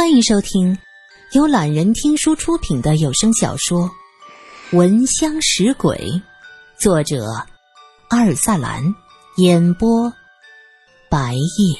欢迎收听由懒人听书出品的有声小说《闻香识鬼》，作者阿尔萨兰，演播白夜。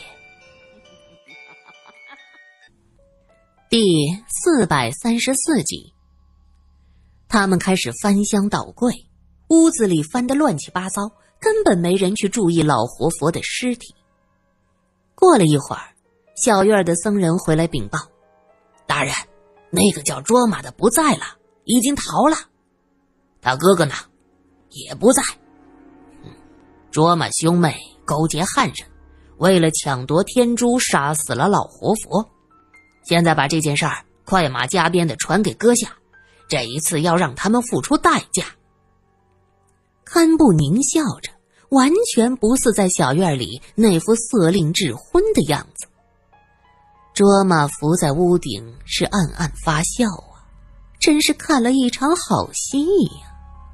第434集，他们开始翻箱倒柜，屋子里翻得乱七八糟，根本没人去注意老活佛的尸体。过了一会儿，小院的僧人回来禀报，大人，那个叫卓玛的不在了，已经逃了。他哥哥呢？也不在。卓玛兄妹勾结汉人，为了抢夺天珠杀死了老活佛。现在把这件事儿快马加鞭地传给阁下，这一次要让他们付出代价。堪布狞笑着，完全不似在小院里那副色令智昏的样子。卓玛伏在屋顶是暗暗发笑啊，真是看了一场好戏呀。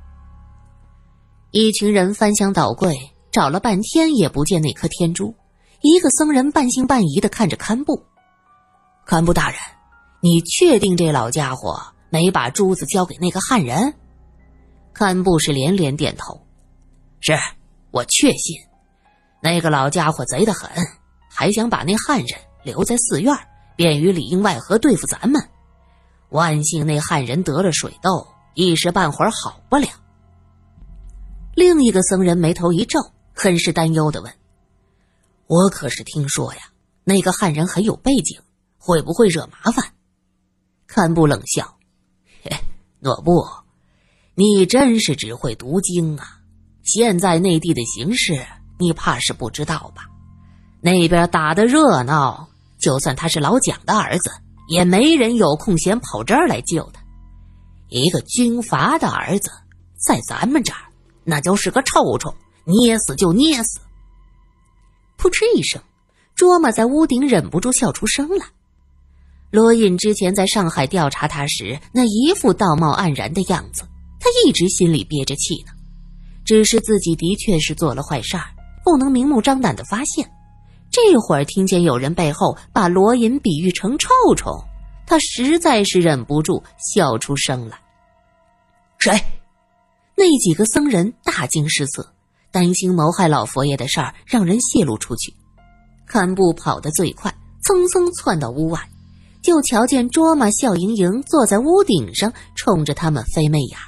一群人翻箱倒柜，找了半天也不见那颗天珠。一个僧人半信半疑地看着堪布，堪布大人，你确定这老家伙没把珠子交给那个汉人？堪布是连连点头，是，我确信。那个老家伙贼得很，还想把那汉人留在寺院，便于里应外合对付咱们。万幸那汉人得了水痘，一时半会儿好不了。另一个僧人眉头一皱，很是担忧地问，我可是听说呀，那个汉人很有背景，会不会惹麻烦？堪布冷笑，诺布，你真是只会读经啊，现在内地的形势你怕是不知道吧？那边打得热闹，就算他是老蒋的儿子，也没人有空闲跑这儿来救他。一个军阀的儿子，在咱们这儿那就是个臭臭，捏死就捏死。扑哧一声，卓玛在屋顶忍不住笑出声来。罗隐之前在上海调查他时，那一副道貌岸然的样子，他一直心里憋着气呢。只是自己的确是做了坏事儿，不能明目张胆地发现。这会儿听见有人背后把罗隐比喻成臭臭，他实在是忍不住笑出声来。谁？那几个僧人大惊失色，担心谋害老佛爷的事儿让人泄露出去。堪布跑得最快，蹭蹭窜到屋外，就瞧见卓玛笑盈盈坐在屋顶上，冲着他们飞媚眼。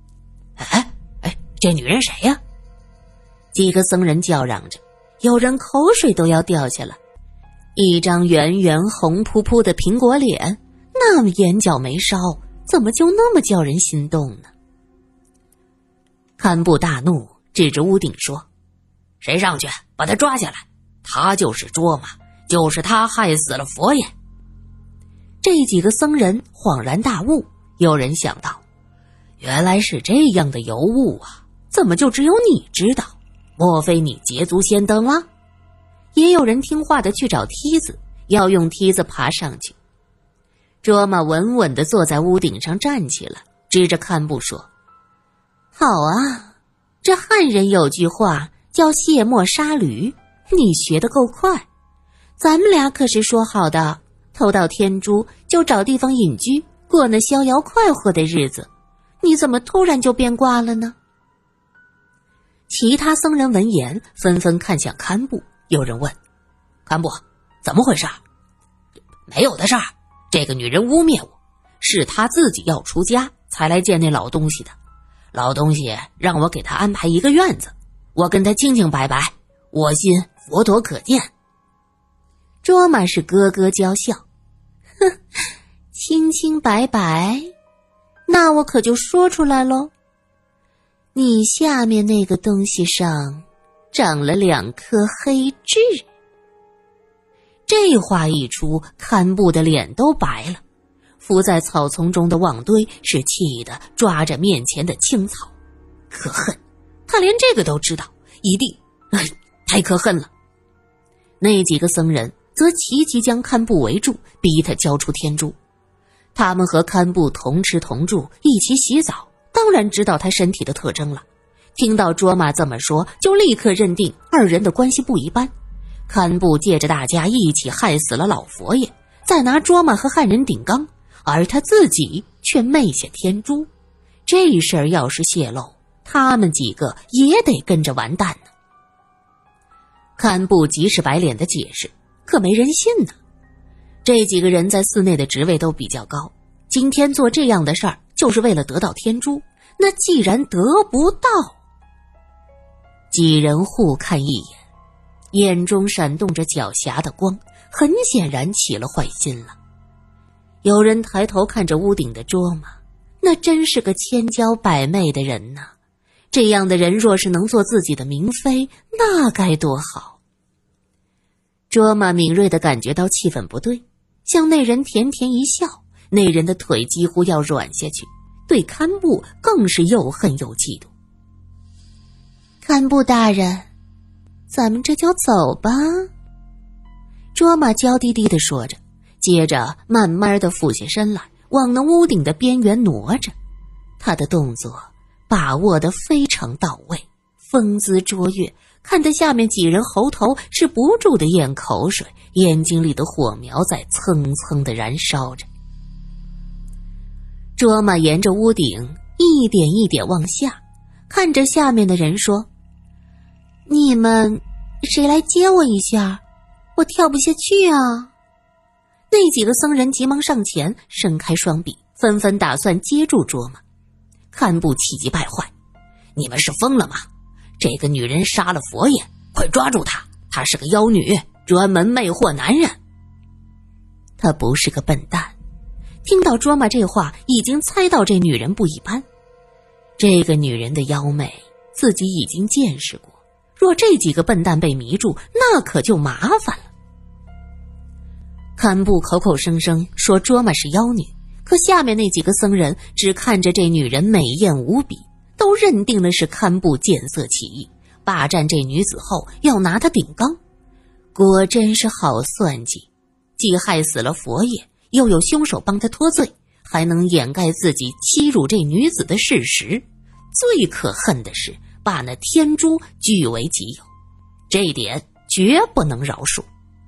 这女人谁呀？几个僧人叫嚷着，有人口水都要掉下来。一张圆圆红扑扑的苹果脸，那么眼角眉梢，怎么就那么叫人心动呢？堪布大怒，指着屋顶说，谁上去把他抓下来，他就是卓玛，就是他害死了佛爷。这几个僧人恍然大悟，有人想到，原来是这样的尤物啊，怎么就只有你知道？莫非你捷足先登了？也有人听话的去找梯子，要用梯子爬上去。卓玛稳稳地坐在屋顶上站起来，指着堪布说，好啊，这汉人有句话叫卸磨杀驴，你学得够快。咱们俩可是说好的，偷到天珠就找地方隐居，过那逍遥快活的日子，你怎么突然就变卦了呢？其他僧人闻言纷纷看向堪布，有人问，堪布，怎么回事？没有的事儿，这个女人污蔑我，是她自己要出家才来见那老东西的。老东西让我给他安排一个院子，我跟他清清白白，我心佛陀可见。卓玛是咯咯娇笑，哼，清清白白，那我可就说出来喽。你下面那个东西上长了2颗黑痣。这话一出，堪布的脸都白了。伏在草丛中的旺堆是气得抓着面前的青草，可恨，他连这个都知道，一定太可恨了。那几个僧人则齐齐将堪布围住，逼他交出天珠。他们和堪布同吃同住，一起洗澡，当然知道他身体的特征了。听到卓玛这么说，就立刻认定二人的关系不一般。堪布借着大家一起害死了老佛爷， 再拿卓玛和汉人顶缸，而他自己却昧下天珠。这事儿要是泄露，他们几个也得跟着完蛋呢。堪布急是白脸的解释，可没人信呢。这几个人在寺内的职位都比较高，今天做这样的事儿就是为了得到天珠，那既然得不到，几人互看一眼，眼中闪动着狡黠的光，很显然起了坏心了。有人抬头看着屋顶的卓玛，那真是个千娇百媚的人呐，这样的人若是能做自己的明妃，那该多好。卓玛敏锐地感觉到气氛不对，向那人甜甜一笑，那人的腿几乎要软下去，对堪布更是又恨又嫉妒。堪布大人，咱们这就走吧。卓玛娇滴滴地说着，接着慢慢地俯下身来，往那屋顶的边缘挪着。他的动作把握得非常到位，风姿卓越，看得下面几人喉头是不住地咽口水，眼睛里的火苗在蹭蹭地燃烧着。卓玛沿着屋顶一点一点往下，看着下面的人说：“你们谁来接我一下？我跳不下去啊！”那几个僧人急忙上前，伸开双臂，纷纷打算接住卓玛。堪布气急败坏：“你们是疯了吗？这个女人杀了佛爷，快抓住她！她是个妖女，专门魅惑男人。”她不是个笨蛋，听到卓玛这话，已经猜到这女人不一般。这个女人的妖媚，自己已经见识过，若这几个笨蛋被迷住，那可就麻烦了。堪布口口声声说卓玛是妖女，可下面那几个僧人只看着这女人美艳无比，都认定了是堪布见色起意，霸占这女子后要拿她顶缸。果真是好算计，既害死了佛爷，又有凶手帮他脱罪，还能掩盖自己欺辱这女子的事实。最可恨的是把那天珠据为己有，这一点绝不能饶恕。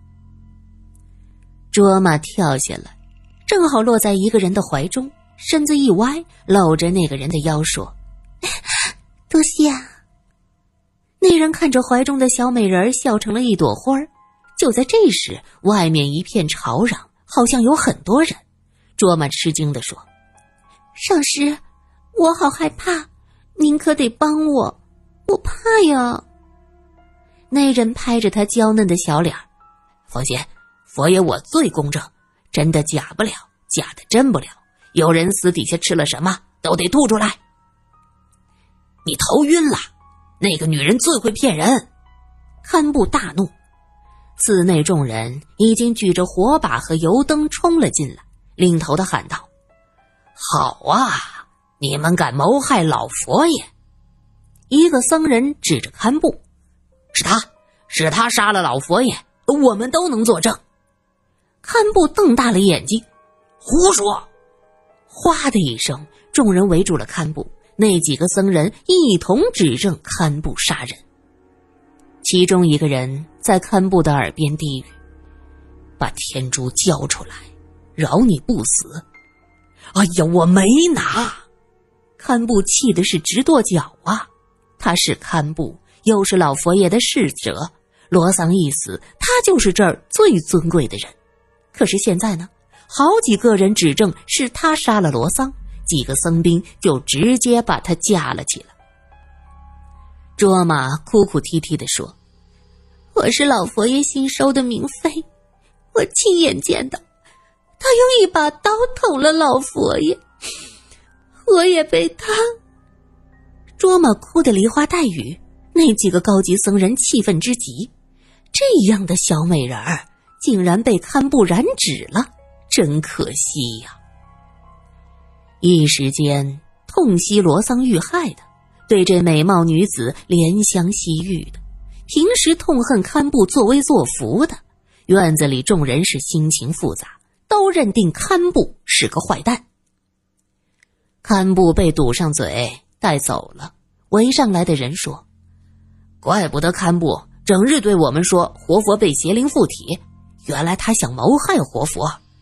卓玛跳下来，正好落在一个人的怀中，身子一歪，搂着那个人的腰说：“多谢啊。”那人看着怀中的小美人，笑成了一朵花。就在这时，外面一片吵嚷，好像有很多人。卓玛吃惊地说：“上师，我好害怕，您可得帮我，我怕呀。”那人拍着他娇嫩的小脸：“放心，佛爷我最公正，真的假不了，假的真不了，有人私底下吃了什么都得吐出来。”“你头晕了，那个女人最会骗人。”堪布大怒。寺内众人已经举着火把和油灯冲了进来，领头的喊道：“好啊，你们敢谋害老佛爷！”一个僧人指着堪布：“是他杀了老佛爷，我们都能作证。”堪布瞪大了眼睛：“胡说！”哗的一声，众人围住了堪布，那几个僧人一同指证堪布杀人。其中一个人在堪布的耳边低语：“把天珠交出来，饶你不死。”“哎呀，我没拿！”堪布气的是直跺脚啊！他是堪布，又是老佛爷的侍者，罗桑一死，他就是这儿最尊贵的人。可是现在呢，好几个人指证是他杀了罗桑，几个僧兵就直接把他架了起来。卓玛哭哭啼啼地说：“我是老佛爷新收的明妃，我亲眼见到他用一把刀捅了老佛爷，我也被他……”卓玛哭得梨花带雨，那几个高级僧人气愤之极，这样的小美人儿竟然被堪布染指了，真可惜呀！一时间痛惜罗桑遇害的，对这美貌女子怜香惜玉的，平时痛恨堪布作威作福的，院子里众人是心情复杂，都认定堪布是个坏蛋。堪布被堵上嘴带走了，围上来的人说：“怪不得堪布整日对我们说活佛被邪灵附体，原来他想谋害活佛，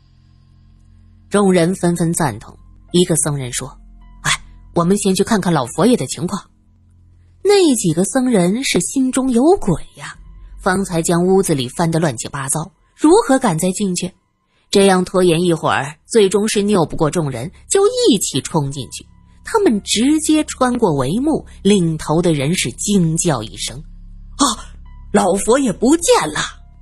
众人纷纷赞同。一个僧人说：“哎，我们先去看看老佛爷的情况。”那几个僧人是心中有鬼呀，方才将屋子里翻得乱七八糟，如何敢再进去？这样拖延一会儿，最终是拗不过众人，就一起冲进去。他们直接穿过帷幕，领头的人是惊叫一声：“啊，老佛爷不见了！”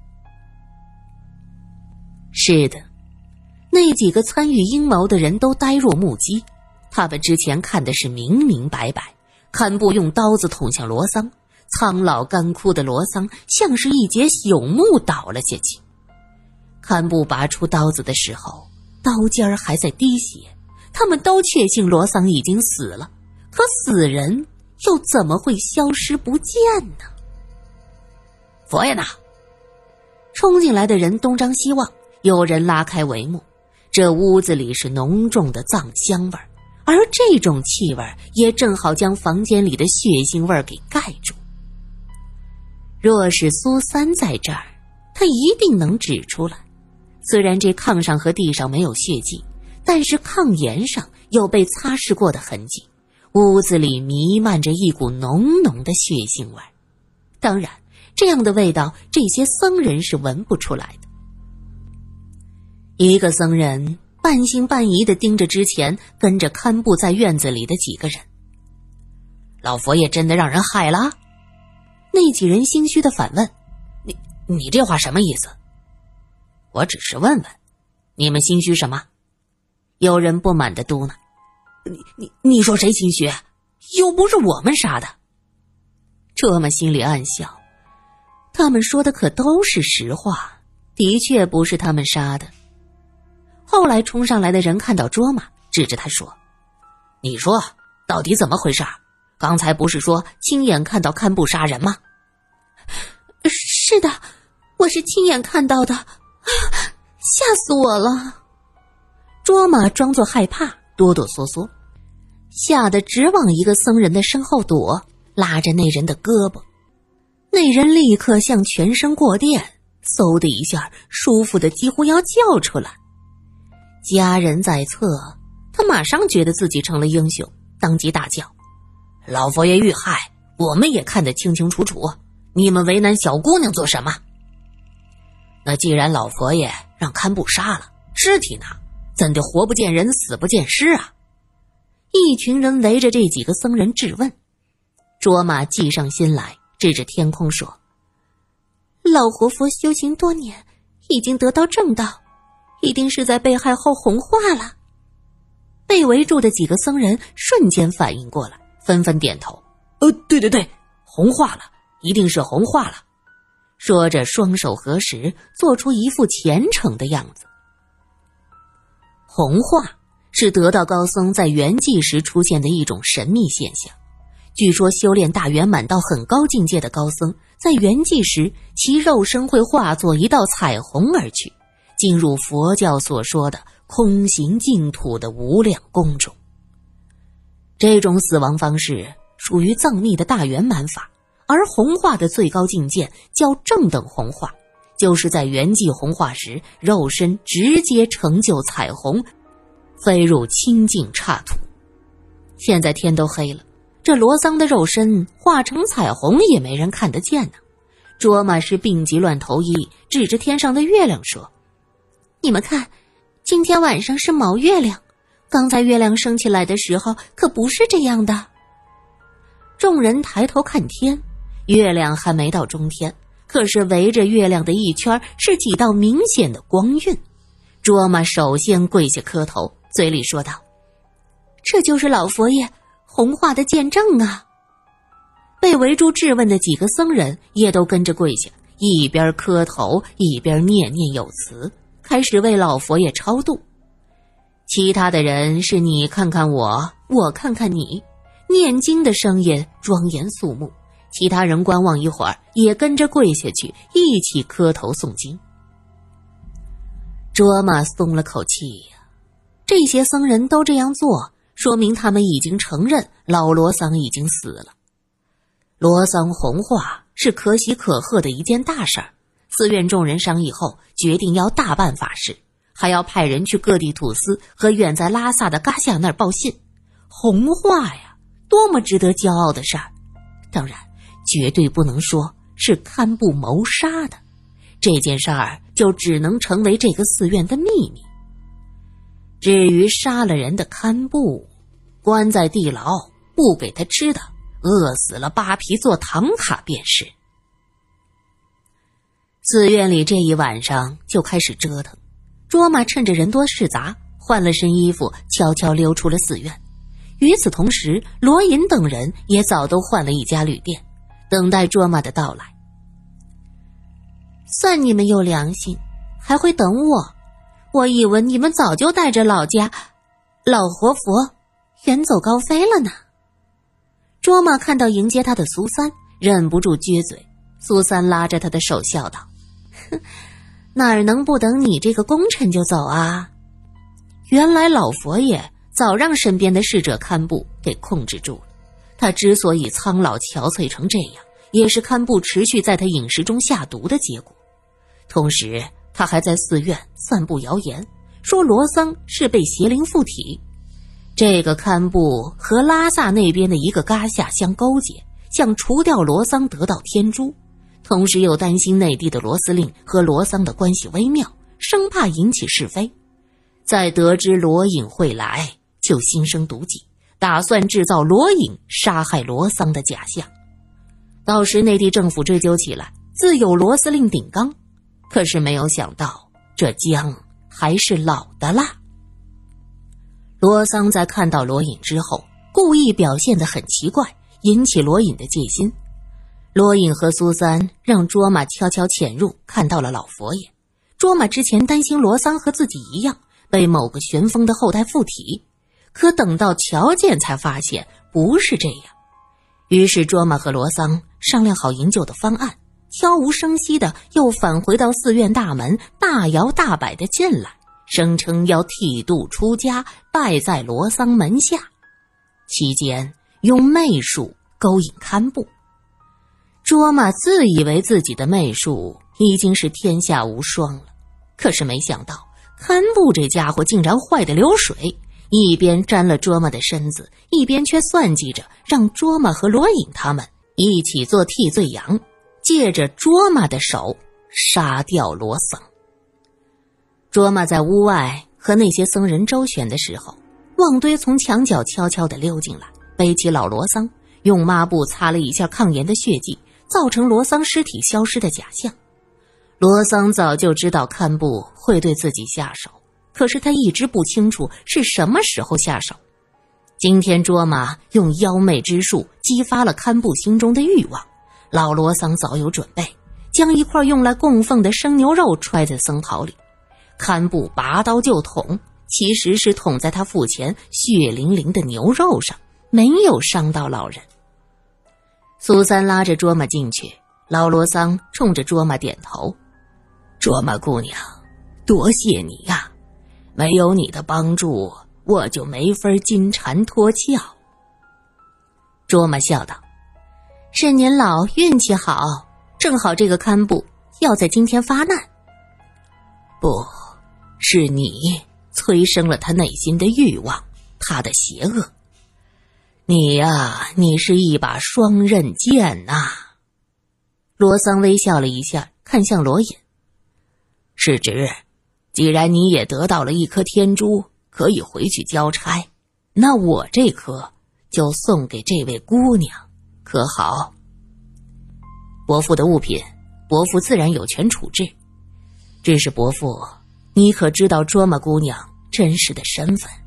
是的，那几个参与阴谋的人都呆若木鸡，他们之前看的是明明白白。堪布用刀子捅向罗桑，苍老干枯的罗桑像是一截朽木倒了下去。堪布拔出刀子的时候，刀尖儿还在滴血，他们都确信罗桑已经死了，可死人又怎么会消失不见呢？佛爷呢？冲进来的人东张西望，有人拉开帷幕，这屋子里是浓重的藏香味儿，而这种气味也正好将房间里的血腥味给盖住。若是苏三在这儿，他一定能指出来。虽然这炕上和地上没有血迹，但是炕沿上有被擦拭过的痕迹，屋子里弥漫着一股浓浓的血腥味。当然，这样的味道这些僧人是闻不出来的。一个僧人半信半疑地盯着之前跟着堪布在院子里的几个人。老佛爷真的让人害了？那几人心虚地反问：你这话什么意思？我只是问问，你们心虚什么？有人不满地嘟囔：你说谁心虚？又不是我们杀的。卓玛心里暗笑，他们说的可都是实话，的确不是他们杀的。后来冲上来的人看到卓玛，指着他说：你说到底怎么回事？刚才不是说亲眼看到堪布杀人吗？ 是的，我是亲眼看到的，吓死我了。 卓玛装作害怕，哆哆嗦嗦，吓得直往一个僧人的身后躲，拉着那人的胳膊。那人立刻像全身过电，嗖的一下舒服的几乎要叫出来。家人在侧，他马上觉得自己成了英雄，当即大叫：老佛爷遇害，我们也看得清清楚楚，你们为难小姑娘做什么？那既然老佛爷让堪布杀了，尸体呢？怎的活不见人，死不见尸啊？一群人围着这几个僧人质问。卓玛计上心来，指着天空说： 老活佛修行多年，已经得到正道，一定是在被害后红化了。 被围住的几个僧人瞬间反应过来，纷纷点头：对，红化了，一定是红化了。说着双手合十，做出一副虔诚的样子。红化是得道高僧在圆寂时出现的一种神秘现象。据说修炼大圆满到很高境界的高僧，在圆寂时，其肉身会化作一道彩虹而去，进入佛教所说的空行净土的无量宫中。这种死亡方式属于藏密的大圆满法，而红化的最高境界叫正等红化，就是在圆寂红化时，肉身直接成就彩虹，飞入清净刹土。现在天都黑了，这罗桑的肉身化成彩虹也没人看得见呢。卓玛是病急乱投医，指着天上的月亮说： 你们看，今天晚上是卯月亮，刚才月亮升起来的时候可不是这样的。 众人抬头看天，月亮还没到中天，可是围着月亮的一圈是几道明显的光晕。卓玛首先跪下磕头，嘴里说道： 这就是老佛爷红化的见证啊。 被围住质问的几个僧人也都跟着跪下，一边磕头一边念念有词，开始为老佛爷超度。其他的人是你看看我，我看看你，念经的声音庄严肃穆，其他人观望一会儿，也跟着跪下去，一起磕头诵经。卓玛松了口气呀，这些僧人都这样做，说明他们已经承认老罗桑已经死了。罗桑红化是可喜可贺的一件大事儿，寺院众人商议后决定要大办法事， 还要派人去各地土司和远在拉萨的嘎夏那儿报信。红话呀，多么值得骄傲的事儿！当然，绝对不能说是堪布谋杀的，这件事儿就只能成为这个寺院的秘密。至于杀了人的堪布，关在地牢，不给他吃的，饿死了扒皮做唐卡便是。寺院里这一晚上就开始折腾，卓玛趁着人多势杂，换了身衣服，悄悄溜出了寺院。与此同时，罗隐等人也早都换了一家旅店，等待卓玛的到来。 算你们有良心，还会等我。我以为你们早就带着老活佛远走高飞了呢。卓玛看到迎接他的苏三，忍不住撅嘴。苏三拉着他的手笑道：哪儿能不等你这个功臣就走啊？原来老佛爷早让身边的侍者堪布给控制住了。他之所以苍老憔悴成这样，也是堪布持续在他饮食中下毒的结果。同时他还在寺院散布谣言，说罗桑是被邪灵附体。这个堪布和拉萨那边的一个嘎夏相勾结，想除掉罗桑得到天珠，同时又担心内地的罗司令和罗桑的关系微妙，生怕引起是非。在得知罗隐会来，就心生毒计，打算制造罗隐杀害罗桑的假象。到时内地政府追究起来，自有罗司令顶缸。可是没有想到，这姜还是老的辣。罗桑在看到罗隐之后，故意表现得很奇怪，引起罗隐的戒心。罗隐和苏三让卓玛悄悄潜入，看到了老佛爷。卓玛之前担心罗桑和自己一样被某个旋风的后代附体，可等到瞧见才发现不是这样。于是卓玛和罗桑商量好营救的方案，悄无声息的又返回到寺院大门，大摇大摆的进来，声称要剃度出家，拜在罗桑门下。期间用媚术勾引堪布。卓玛自以为自己的媚术已经是天下无双了，可是没想到堪布这家伙竟然坏得流水，一边沾了卓玛的身子，一边却算计着让卓玛和罗隐他们一起做替罪羊，借着卓玛的手杀掉罗僧。卓玛在屋外和那些僧人周旋的时候，旺堆从墙角悄悄地溜进来，背起老罗桑，用抹布擦了一下抗炎的血迹，造成罗桑尸体消失的假象。罗桑早就知道堪布会对自己下手，可是他一直不清楚是什么时候下手。今天卓玛用妖媚之术激发了堪布心中的欲望，老罗桑早有准备，将一块用来供奉的生牛肉揣在僧袍里。堪布拔刀就捅，其实是捅在他腹前血淋淋的牛肉上，没有伤到老人。苏三拉着卓玛进去，老罗桑冲着卓玛点头：卓玛姑娘，多谢你呀，没有你的帮助，我就没法金蝉脱壳。卓玛笑道：是您老运气好，正好这个堪布要在今天发难。不，是你催生了他内心的欲望，他的邪恶。你呀，你是一把双刃剑呐。罗桑微笑了一下，看向罗隐：是侄，既然你也得到了一颗天珠，可以回去交差，那我这颗就送给这位姑娘，可好？伯父的物品，伯父自然有权处置。只是伯父，你可知道卓玛姑娘真实的身份？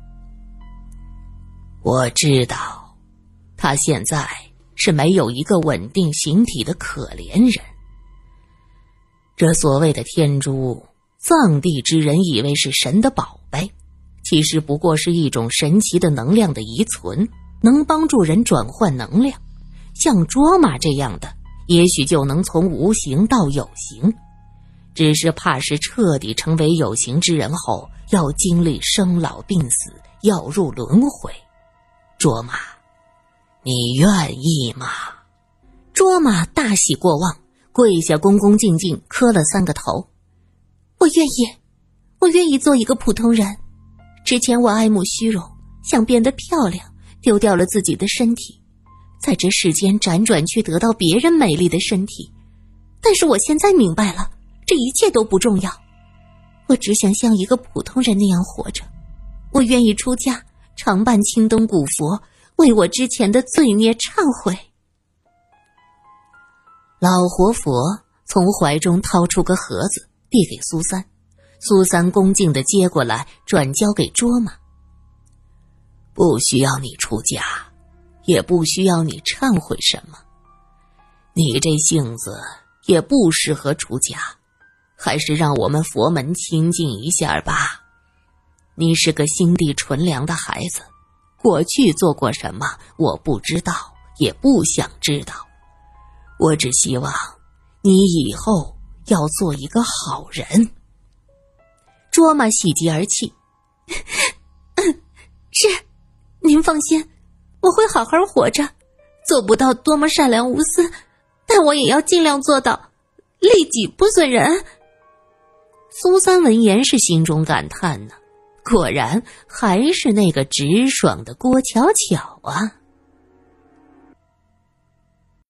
我知道，她现在是没有一个稳定形体的可怜人。这所谓的天珠，藏地之人以为是神的宝贝，其实不过是一种神奇的能量的遗存，能帮助人转换能量。像卓玛这样的，也许就能从无形到有形，只是怕是彻底成为有形之人后，要经历生老病死，要入轮回。卓玛，你愿意吗？卓玛大喜过望，跪下恭恭敬敬磕了3个头。我愿意， 我愿意做一个普通人。之前我爱慕虚荣，想变得漂亮，丢掉了自己的身体，在这世间辗转去得到别人美丽的身体。但是我现在明白了，这一切都不重要，我只想像一个普通人那样活着。我愿意出家，常伴青灯古佛，为我之前的罪孽忏悔。 老活佛从怀中掏出个盒子，递给苏三。苏三恭敬地接过来，转交给卓玛。不需要你出家，也不需要你忏悔什么。你这性子也不适合出家，还是让我们佛门清净一下吧。你是个心地纯良的孩子，过去做过什么我不知道，也不想知道。我只希望你以后要做一个好人。 卓玛喜极而泣。是，您放心，我会好好活着，做不到多么善良无私，但我也要尽量做到利己不损人。 苏三闻言是心中感叹呢，果然还是那个直爽的郭巧巧啊。